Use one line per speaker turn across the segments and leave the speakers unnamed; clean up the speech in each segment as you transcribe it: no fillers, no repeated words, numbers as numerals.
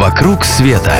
«Вокруг света»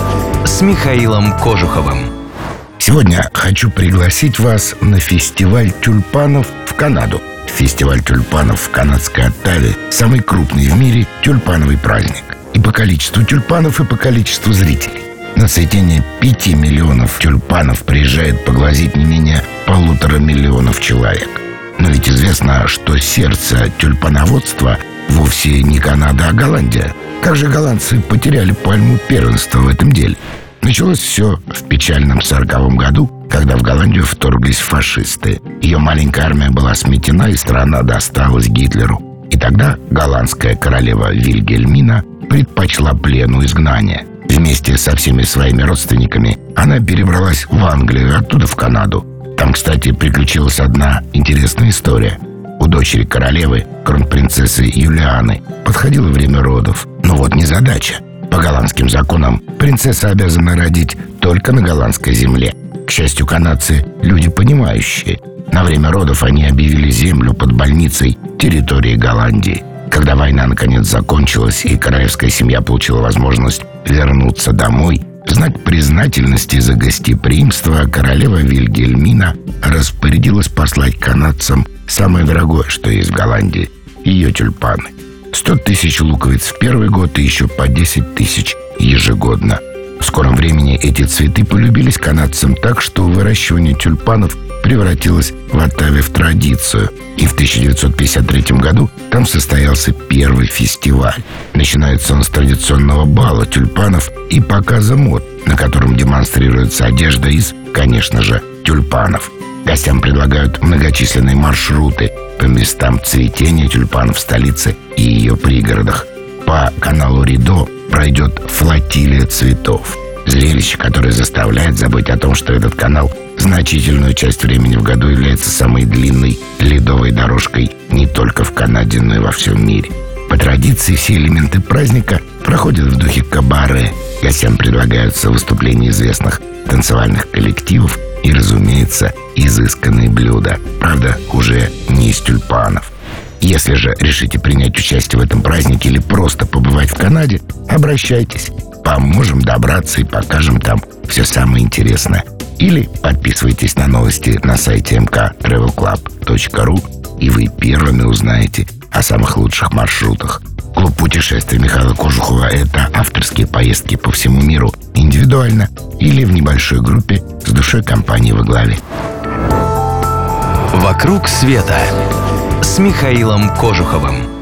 с Михаилом Кожуховым.
Сегодня хочу пригласить вас на фестиваль тюльпанов в Канаду. Фестиваль тюльпанов в канадской Оттаве – самый крупный в мире тюльпановый праздник. И по количеству тюльпанов, и по количеству зрителей. На цветение 5 миллионов тюльпанов приезжает поглазеть не менее 1,5 миллиона человек. Но ведь известно, что сердце тюльпановодства вовсе не Канада, а Голландия. Как же голландцы потеряли пальму первенства в этом деле? Началось все в печальном 1940 году, когда в Голландию вторглись фашисты. Ее маленькая армия была сметена, и страна досталась Гитлеру. И тогда голландская королева Вильгельмина предпочла плену изгнания. Вместе со всеми своими родственниками она перебралась в Англию, оттуда в Канаду. Там, кстати, приключилась одна интересная история. У дочери королевы, кронпринцессы Юлианы, подходило время родов. Но вот незадача. По голландским законам принцесса обязана родить только на голландской земле. К счастью, канадцы – люди понимающие. На время родов они объявили землю под больницей территории Голландии. Когда война наконец закончилась и королевская семья получила возможность вернуться домой, в знак признательности за гостеприимство королева Вильгельмина распорядилась послать канадцам самое дорогое, что есть в Голландии – ее тюльпаны. 100 тысяч луковиц в первый год и еще по 10 тысяч ежегодно. В скором времени эти цветы полюбились канадцам так, что выращивание тюльпанов превратилось в Оттаве в традицию. И в 1953 году там состоялся первый фестиваль. Начинается он с традиционного бала тюльпанов и показа мод, на котором демонстрируется одежда из, конечно же, тюльпанов. Гостям предлагают многочисленные маршруты по местам цветения тюльпанов в столице и ее пригородах. По каналу Ридо пройдет флотилия цветов. Зрелище, которое заставляет забыть о том, что этот канал значительную часть времени в году является самой длинной ледовой дорожкой не только в Канаде, но и во всем мире. По традиции все элементы праздника проходят в духе кабаре. Гостям предлагаются выступления известных танцевальных коллективов и, разумеется, изысканные блюда. Правда, уже не из тюльпанов. Если же решите принять участие в этом празднике или просто побывать в Канаде, обращайтесь. Поможем добраться и покажем там все самое интересное. Или подписывайтесь на новости на сайте mktravelclub.ru, и вы первыми узнаете о самых лучших маршрутах. Клуб путешествий Михаила Кожухова – это авторские поездки по всему миру индивидуально или в небольшой группе с душой компании во главе.
«Вокруг света» с Михаилом Кожуховым.